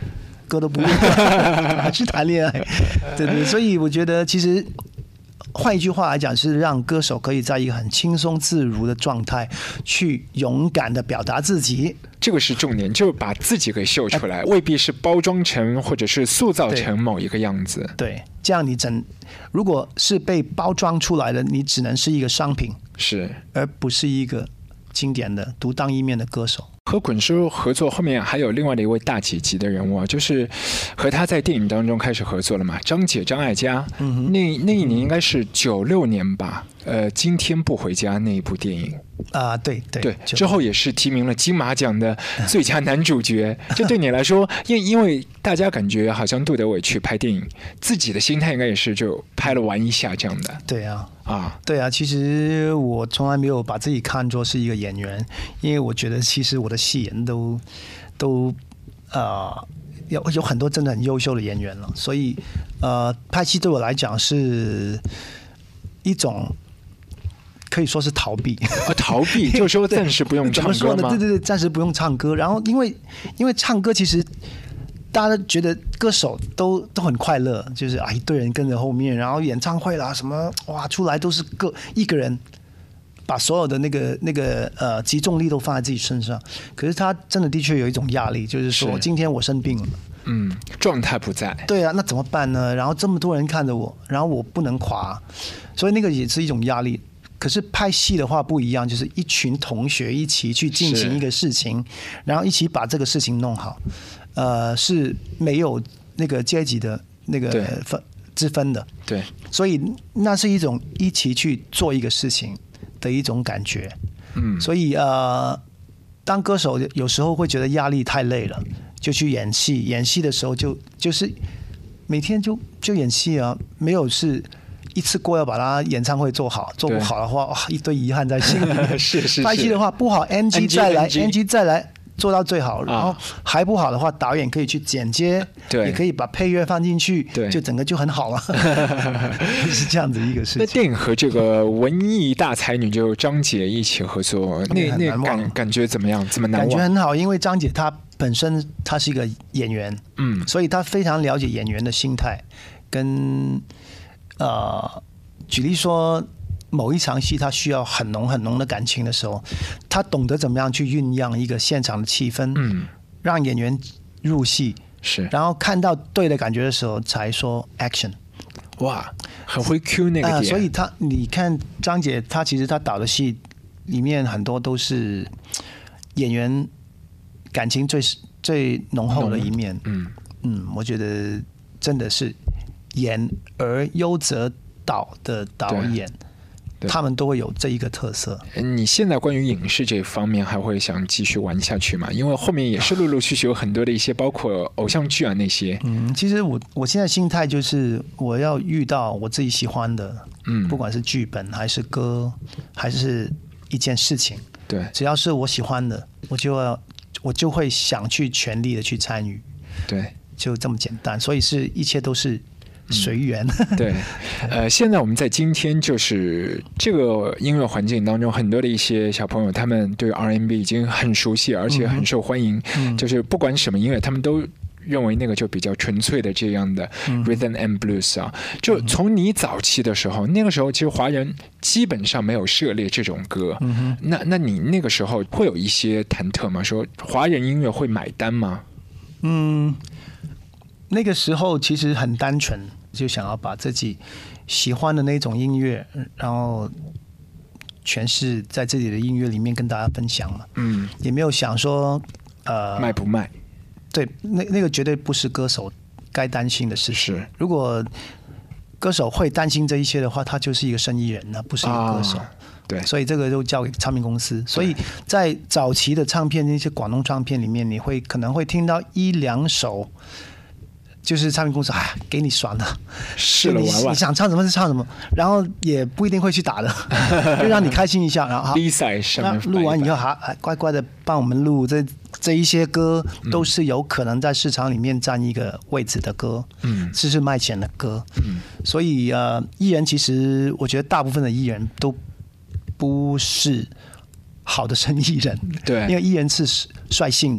歌都不会，还去谈恋爱？对对，所以我觉得其实。换一句话来讲，是让歌手可以在一个很轻松自如的状态，去勇敢的表达自己。 这个是重点，就是把自己给秀出来，未必是包装成或者是塑造成某一个样子。 对，对这样你整，如果是被包装出来的，你只能是一个商品， 是， 而不是一个经典的独当一面的歌手。 和滚叔合作后面还有另外的一位大姐级的人物啊，就是和他在电影当中开始合作了嘛，张姐张艾嘉，嗯、那那一年应该是九六年吧，呃，今天不回家那一部电影啊、呃，对对对，之后也是提名了金马奖的最佳男主角。这对你来说，因因为大家感觉好像杜德伟去拍电影，自己的心态应该也是就拍了玩一下这样的。 对啊。 啊， 对啊，其实我从来没有把自己看作是一个演员，因为我觉得其实我的戏演都都呃有有很多真的很优秀的演员了，所以呃拍戏对我来讲是一种可以说是逃避， 啊、逃避就是说暂时不用唱歌吗？ 怎么说呢？对对对，暂时不用唱歌。然后因为因为唱歌其实。大家都觉得歌手都都很快乐，就是啊一堆人跟着后面，然后演唱会啦什么哇出来都是个一个人把所有的那个那个呃集中力都放在自己身上。可是他真的的确有一种压力，就是说是今天我生病了， 嗯，状态不在。 对啊，那怎么办呢？然后这么多人看着我，然后我不能垮，所以那个也是一种压力。可是拍戏的话不一样，就是一群同学一起去进行一个事情，然后一起把这个事情弄好。呃，是没有那个阶级的那个分之分的， 对， 所以那是一种一起去做一个事情的一种感觉，嗯，所以呃，当歌手有时候会觉得压力太累了，就去演戏，演戏的时候就就是每天就就演戏啊，没有是一次过要把它演唱会做好，做不好的话，哇，一堆遗憾在心里面。 是是是， 拍戏的话不好 ，N G 再来 ，N G 再来。做到最好，然后还不好的话，导演可以去剪接，也可以把配乐放进去，就整个就很好了，是这样子一个事情。 那电影和这个文艺大才女就张姐一起合作，那那感感觉怎么样？怎么难忘？ 感觉很好，因为张姐她本身她是一个演员，嗯，所以她非常了解演员的心态，跟呃，举例说。某一场戏，他需要很浓很浓的感情的时候，他懂得怎么样去酝酿一个现场的气氛，嗯，让演员入戏， 是， 然后看到对的感觉的时候才说 action。 哇，很会 Q 那个点。呃、 所以他，你看张姐，她其实她导的戏里面很多都是演员感情最最浓厚的一面。嗯嗯，我觉得真的是演而优则导的导演。他们都会有这一个特色。 你现在关于影视这方面还会想继续玩下去吗？因为后面也是陆陆续续有很多的一些，包括偶像剧啊那些。 嗯，其实我我现在心态就是我要遇到我自己喜欢的，嗯，不管是剧本还是歌，还是一件事情， 对， 只要是我喜欢的，我就要我就会想去全力的去参与， 对， 就这么简单。所以是一切都是。随缘、 嗯、对，呃，现在我们在今天就是这个音乐环境当中，很多的一些小朋友，他们对 R and B 已经很熟悉，而且很受欢迎。嗯、就是不管什么音乐，他们都认为那个就比较纯粹的这样的 Rhythm and Blues 啊。就从你早期的时候，那个时候其实华人基本上没有涉猎这种歌。嗯、那那你那个时候会有一些忐忑吗？说华人音乐会买单吗？ 嗯，那个时候其实很单纯。就想要把自己喜欢的那种音乐，然后诠释在自己的音乐里面跟大家分享嘛。嗯，也没有想说呃卖不卖。 对，那那个绝对不是歌手该担心的事情。 是， 如果歌手会担心这一些的话，他就是一个生意人，那不是一个歌手。啊、 对， 所以这个就交给唱片公司。所以在早期的唱片，那些广东唱片里面，你会可能会听到一两首。就是唱片公司哎，给你爽的， 试了玩玩， 你想唱什么就唱什么，然后也不一定会去打的，就让你开心一下，然后比赛上面录完以后还还乖乖的帮我们录这这一些歌，都是有可能在市场里面占一个位置的歌，嗯，这是卖钱的歌，嗯，所以呃，艺人其实我觉得大部分的艺人都不是好的生意人， 对， 因为艺人是率性的。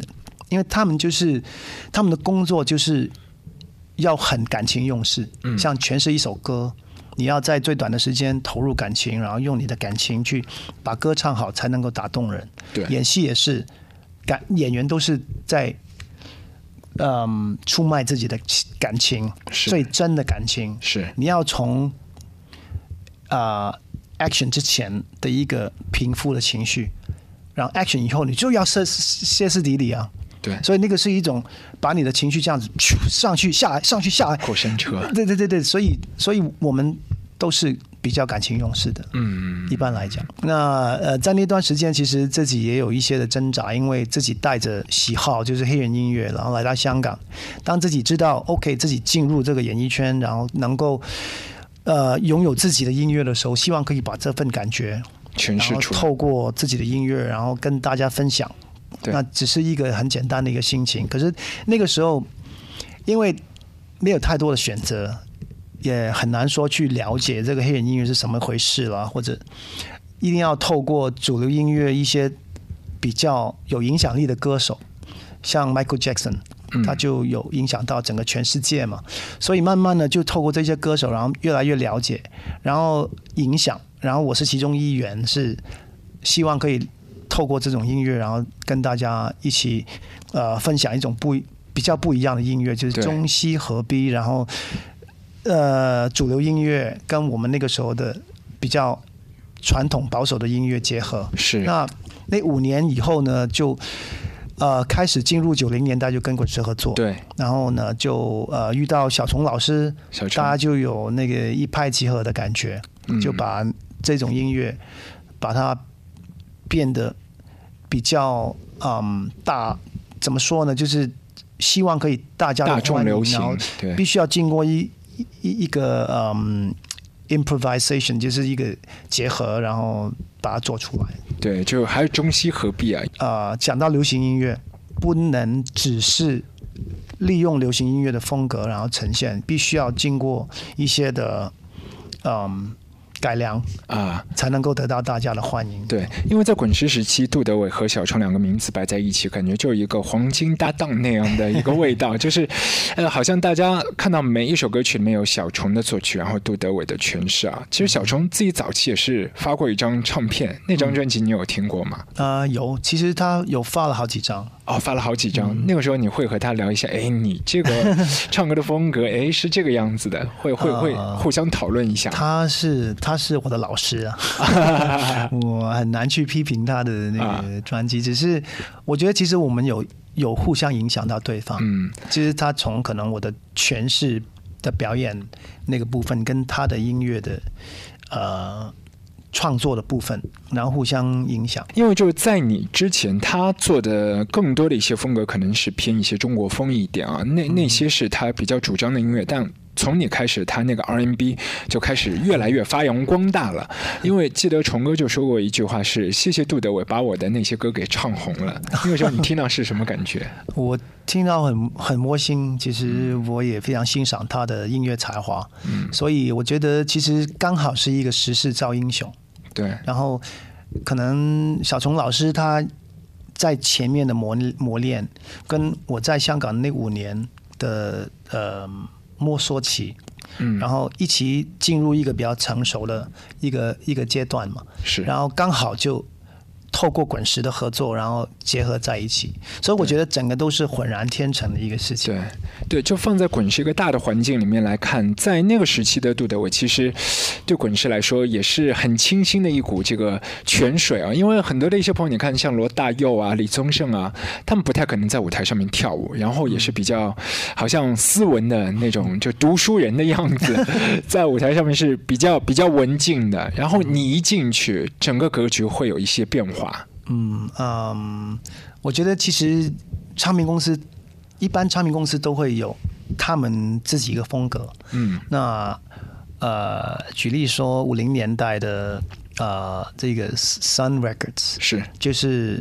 因为他们就是他们的工作就是要很感情用事，嗯、像诠释一首歌。你要在最短的时间投入感情，然后用你的感情去把歌唱好，才能够打动人。 对， 演戏也是，感演员都是在嗯出卖自己的感情，最真的感情。 是， 你要从啊、呃、action 之前的一个平复的情绪，然后 action 以后你就要歇歇斯底里啊。 对， 所以那个是一种把你的情绪这样子上去下来上去下来过山车。 对对对对，所以所以我们都是比较感情用事的。嗯，一般来讲，那呃在那段时间其实自己也有一些的挣扎，因为自己带着喜好就是黑人音乐，然后来到香港，当自己知道 OK 自己进入这个演艺圈，然后能够呃拥有自己的音乐的时候，希望可以把这份感觉诠释出来， 透过自己的音乐，然后跟大家分享。那只是一个很简单的一个心情，可是那个时候因为没有太多的选择，也很难说去了解这个黑人音乐是什么回事啦，或者一定要透过主流音乐一些比较有影响力的歌手，像 Michael Jackson， 他就有影响到整个全世界嘛，所以慢慢的就透过这些歌手，然后越来越了解，然后影响，然后我是其中一员，是希望可以透过这种音乐，然后跟大家一起呃分享一种不比较不一样的音乐，就是中西合璧，然后呃主流音乐跟我们那个时候的比较传统保守的音乐结合。 是。 那那五年以后呢，就呃开始进入九零年代，就跟滚石合作。 对。 然后呢，就呃遇到小虫老师， 小虫大家就有那个一拍即合的感觉，嗯、就把这种音乐把它变得比较嗯大，怎么说呢？就是希望可以大家大众流行， 然后必须要经过一一一个嗯 improvisation， 就是一个结合，然后把它做出来。 对，就还是中西合璧啊。 呃，讲到流行音乐，不能只是利用流行音乐的风格然后呈现，必须要经过一些的嗯。改良啊， 才能够得到大家的欢迎。 对，因为在滚石时期，杜德伟和小虫两个名字摆在一起，感觉就有一个黄金搭档那样的一个味道，就是，呃，好像大家看到每一首歌曲里面有小虫的作曲，然后杜德伟的诠释啊。其实小虫自己早期也是发过一张唱片，那张专辑你有听过吗？ 呃，有，其实他有发了好几张。 哦，发了好几张。嗯、那个时候你会和他聊一下，哎，你这个唱歌的风格，哎，是这个样子的，会会会互相讨论一下。 他是他是我的老师啊，我很难去批评他的那个专辑，只是我觉得其实我们有有互相影响到对方。嗯，其实他从可能我的诠释的表演那个部分，跟他的音乐的呃。创作的部分，然后互相影响。 因为就是在你之前，他做的更多的一些风格可能是偏一些中国风一点啊，那那些是他比较主张的音乐，但从你开始，他那个 R and B 就开始越来越发扬光大了。因为记得虫哥就说过一句话是：“谢谢杜德伟把我的那些歌给唱红了。”那个时候你听到是什么感觉？ 我听到很很窝心，其实我也非常欣赏他的音乐才华，嗯，所以我觉得其实刚好是一个时势造英雄。 对， 然后可能小虫老师他在前面的磨磨练，跟我在香港那五年的呃摸索期，嗯，然后一起进入一个比较成熟的一个一个阶段嘛， 是， 然后刚好就透过滚石的合作，然后结合在一起，所以我觉得整个都是浑然天成的一个事情。 对，对，就放在滚石一个大的环境里面来看，在那个时期的杜德伟，其实对滚石来说也是很清新的一股这个泉水啊。因为很多的一些朋友，你看像罗大佑啊、李宗盛啊，他们不太可能在舞台上面跳舞，然后也是比较好像斯文的那种，就读书人的样子，在舞台上面是比较比较文静的。然后你一进去，整个格局会有一些变化。 嗯嗯，我觉得其实唱片公司一般唱片公司都会有他们自己一个风格。嗯，那呃，举例说五零年代的呃这个 Sun Records 是就是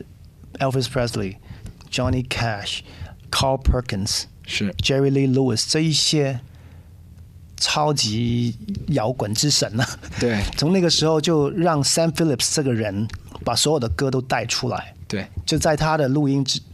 Elvis Presley、Johnny Cash、Carl Perkins 是 Jerry Lee Lewis 这一些超级摇滚之神啊！ 对， 从那个时候就让 Sam Phillips 这个人把所有的歌都带出来。 对， 就在他的录音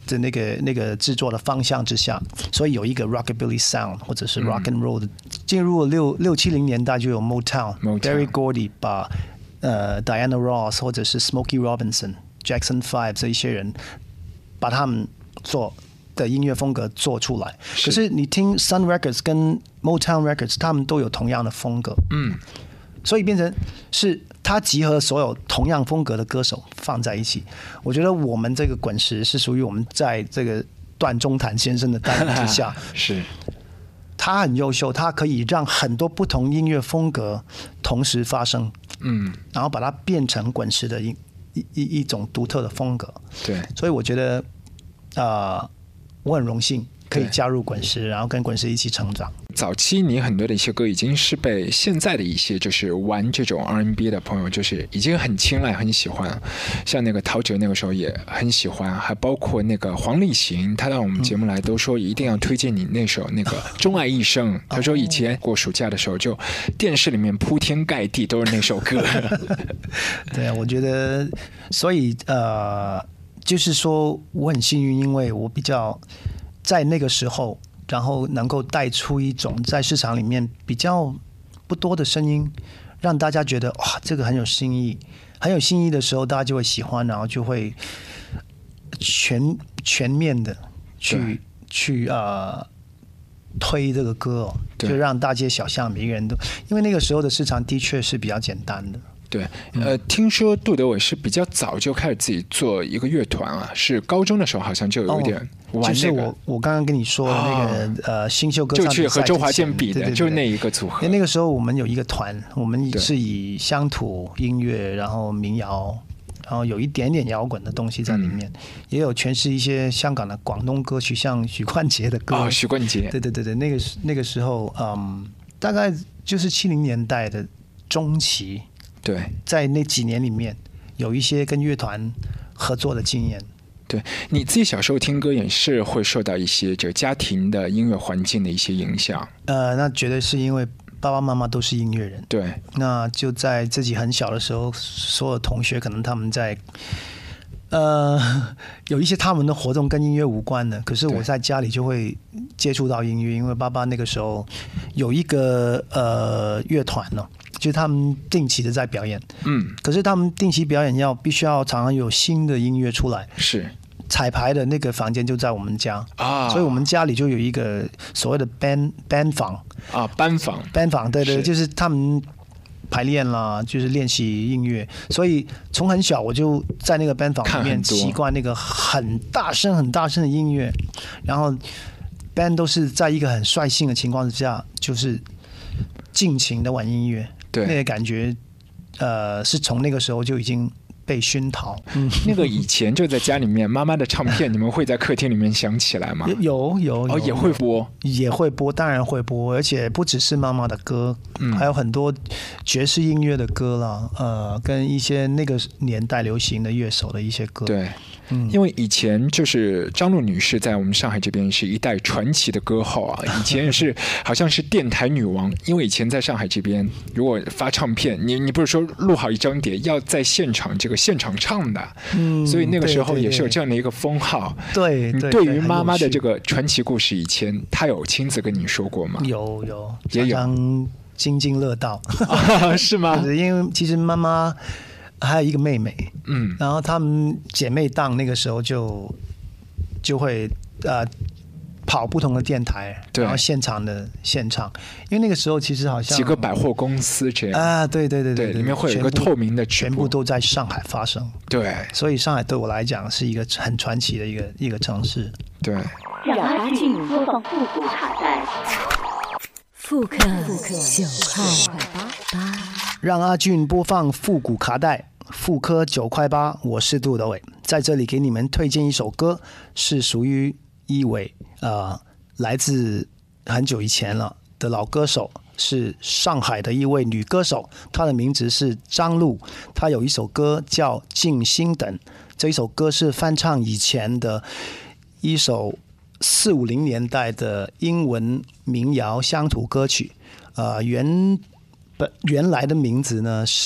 的那个那个制作的方向之下，所以有一个 rockabilly sound 或者是 rock and roll 的。进入了六六七零年代就有 Motown，Berry Gordy 把呃 Diana Ross 或者是 Smokey Robinson、Jackson Five 这一些人把他们做的音乐风格做出来。可是你听 Sun Records 跟 Motown Records， 他们都有同样的风格，嗯，所以变成是他集合所有同样风格的歌手放在一起。我觉得我们这个滚石是属于我们在这个段中谭先生的带领之下， 是他很优秀，他可以让很多不同音乐风格同时发生，嗯，然后把它变成滚石的一一一一种独特的风格。 对， 所以我觉得，呃，我很荣幸可以加入滚石，然后跟滚石一起成长。 早期你很多的一些歌已经是被现在的一些就是玩这种 R and B 的朋友就是已经很青睐很喜欢，像那个陶喆那个时候也很喜欢，还包括那个黄立行，他到我们节目来都说一定要推荐你那首那个钟爱一生，他说以前过暑假的时候就电视里面铺天盖地都是那首歌。 对啊，我觉得所以呃就是说我很幸运，因为我比较在那个时候然后能够带出一种在市场里面比较不多的声音，让大家觉得哇，这个很有新意，很有新意的时候，大家就会喜欢，然后就会全全面的去去呃推这个歌哦，就让大街小巷每个人都，因为那个时候的市场的确是比较简单的。 对，呃，听说杜德伟是比较早就开始自己做一个乐团啊，是高中的时候好像就有一点玩那个。哦、 就是我我刚刚跟你说的那个、哦、呃新秀歌唱比赛， 就去和周华健比的， 对对对， 就是那一个组合。 那个时候我们有一个团，我们是以乡土音乐，然后民谣，然后有一点点摇滚的东西在里面，嗯、也有诠释一些香港的广东歌曲，像许冠杰的歌。 哦，许冠杰。 对对对对，那个那个时候，嗯，大概就是七零年代的中期。 对， 在那几年里面，有一些跟乐团合作的经验。 对，你自己小时候听歌也是会受到一些这个家庭的音乐环境的一些影响。 呃，那绝对是因为爸爸妈妈都是音乐人。 对， 那就在自己很小的时候，所有同学可能他们在。呃，有一些他们的活动跟音乐无关的，可是我在家里就会接触到音乐，因为爸爸那个时候有一个呃乐团呢，就是他们定期的在表演，嗯，可是他们定期表演要必须要常常有新的音乐出来， 是彩排的那个房间就在我们家啊，所以我们家里就有一个所谓的 band band 房啊，班房 band 房，对对，就是他们。排练啦，就是练习音乐，所以从很小我就在那个班房里面习惯那个很大声、很大声的音乐，然后 band 都是在一个很率性的情况之下，就是尽情的玩音乐， 对， 那个感觉，呃，是从那个时候就已经被熏陶。 嗯，那个以前就在家里面，妈妈的唱片，你们会在客厅里面响起来吗？ 有有有， 哦，也会播， 也会播，当然会播，而且不只是妈妈的歌，嗯、还有很多爵士音乐的歌啦，呃，跟一些那个年代流行的乐手的一些歌。 对。嗯，因为以前就是张璐女士在我们上海这边是一代传奇的歌后啊，以前也是好像是电台女王。因为以前在上海这边，如果发唱片，你你不是说录好一张碟要在现场这个现场唱的，嗯，所以那个时候也是有这样的一个封号。 对， 你对于妈妈的这个传奇故事，以前她有亲自跟你说过吗？ 有有， 也有， 津津乐道， 啊、是吗？ 因为其实妈妈。还有一个妹妹，嗯，然后她们姐妹档那个时候就就会呃跑不同的电台，然后现场的现场，因为那个时候其实好像几个百货公司这样啊，对对对对, 对， 里面会有一个透明的， 全部都在上海发生， 对， 所以上海对我来讲是一个很传奇的一个一个城市。 对， 让阿俊播放复古卡带，复刻九块八， 让阿俊播放复古卡带。复刻九块八，我是杜德伟，在这里给你们推荐一首歌，是属于一位呃来自很久以前了的老歌手，是上海的一位女歌手，她的名字是张璐，她有一首歌叫《静心等》，这一首歌是翻唱以前的一首四五零年代的英文民谣乡土歌曲，呃原。原来的名字呢是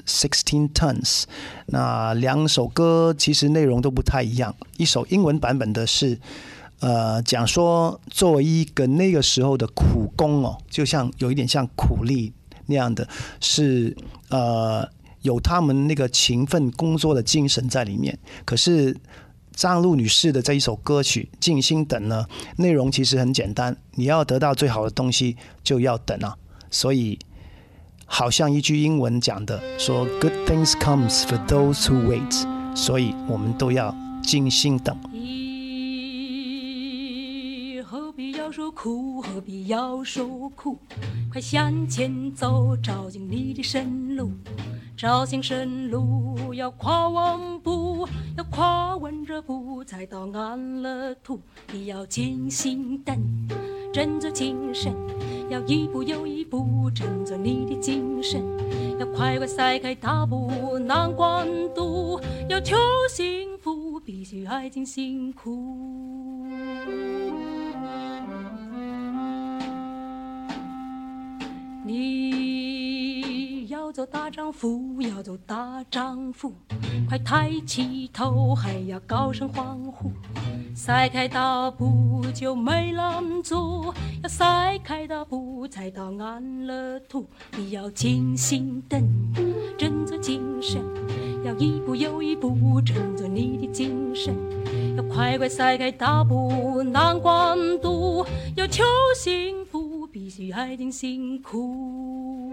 Sixteen Tons。那两首歌其实内容都不太一样，一首英文版本的是。呃，讲说作为一个那个时候的苦工哦，就像有一点像苦力那样的，是呃有他们那个勤奋工作的精神在里面。可是张露女士的这一首歌曲《静心等》呢，内容其实很简单，你要得到最好的东西就要等啊。所以好像一句英文讲的说 "Good things comes for those who wait"， 所以我们都要静心等。 何必要受苦，何必要受苦？快向前走，照进你的生路。照进生路，要跨万步，要跨完这步才到安乐土。你要静心等，振作精神，要一步又一步，振作你的精神。要快快迈开大步，难关渡。要求幸福，必须挨尽辛苦。你要做大丈夫，要做大丈夫，快抬起头，还要高声欢呼。迈开大步就没拦阻，要迈开大步才到安乐土。你要静心等，振作精神，要一步又一步，振作你的精神。要快快迈开大步，难关渡。要求幸福，必须挨尽辛苦。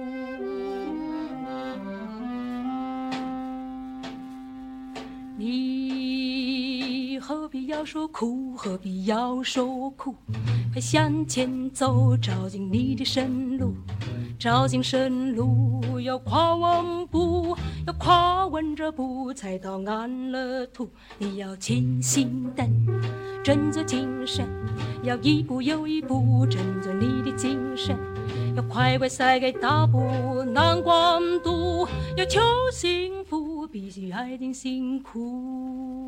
你何必要受苦，何必要受苦？快向前走，照进你的生路。照进生路，要跨万步，要跨完这步才到安乐土。你要静心等，振作精神，要一步又一步，振作你的精神。要快快迈开大步，难关渡。要求幸福，必须挨尽辛苦。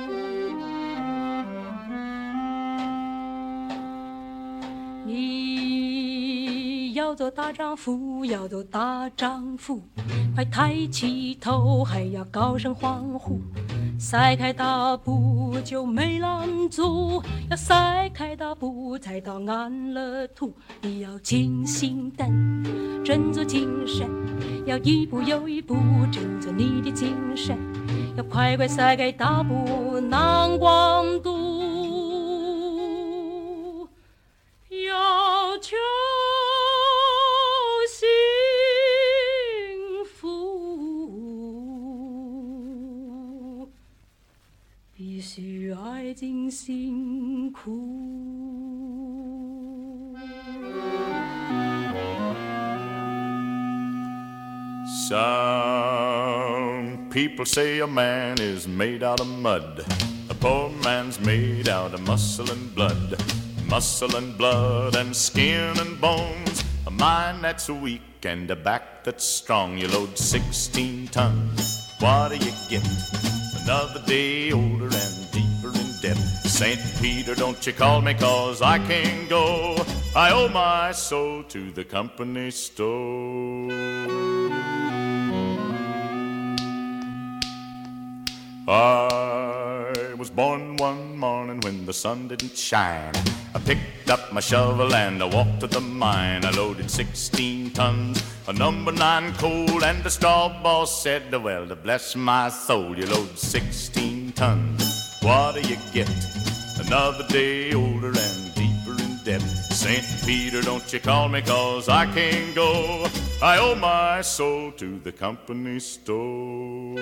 你要做大丈夫，要做大丈夫，快抬起头，还要高声欢呼。迈开大步就没拦阻，要迈开大步才到安乐土。你要静心等，振作精神，要一步又一步，振作你的精神。要快快迈开大步，难关渡。要求幸福，必须挨尽辛苦。 Some people say a man is made out of mud. A poor man's made out of muscle and blood. Muscle and blood and skin and bones. A mind that's weak and a back that's strong. You load sixteen tons, what do you get? Another day older and deeper in debt. Saint Peter, don't you call me, cause I can't go. I owe my soul to the company store. I was born one morning when the sun didn't shine. I picked up my shovel and I walked to the mine. I loaded sixteen tons of number nine coal, and the straw boss said, well, to bless my soul, you load sixteen tons, what do you get? Another day older and deeper in debt. Saint Peter, don't you call me, cause I can't go. I owe my soul to the company store.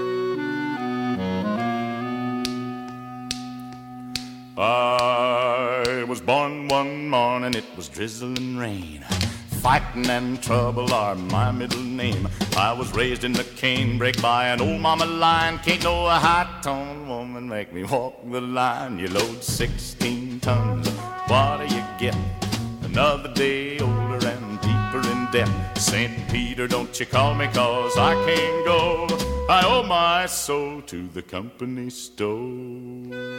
I was born one morning, it was drizzling rain. Fighting and trouble are my middle name. I was raised in the canebrake by an old mama lion. Can't no high-toned woman make me walk the line. You load sixteen tons, what do you get? Another day older and deeper in debt. Saint Peter, don't you call me, cause I can't go. I owe my soul to the company store.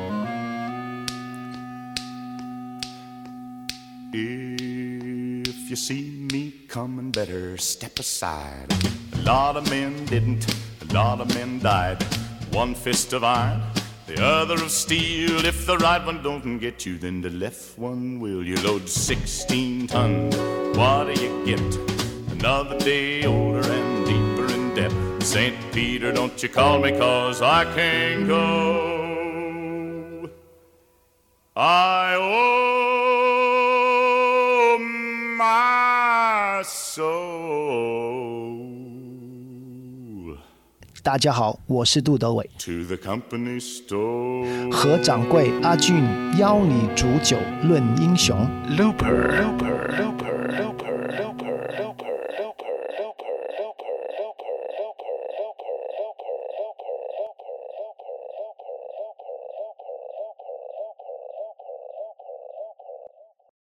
If you see me coming, better step aside. A lot of men didn't, a lot of men died. One fist of iron, the other of steel. If the right one don't get you, then the left one will. You load sixteen tons, what do you get? Another day older and deeper in debt. Saint Peter, don't you call me, 'cause I can't go. I owe my soul. 大家好，我是杜德伟。 To the company store. 何掌柜阿俊邀你煮酒论英雄。 Looper, Looper, Looper, Looper.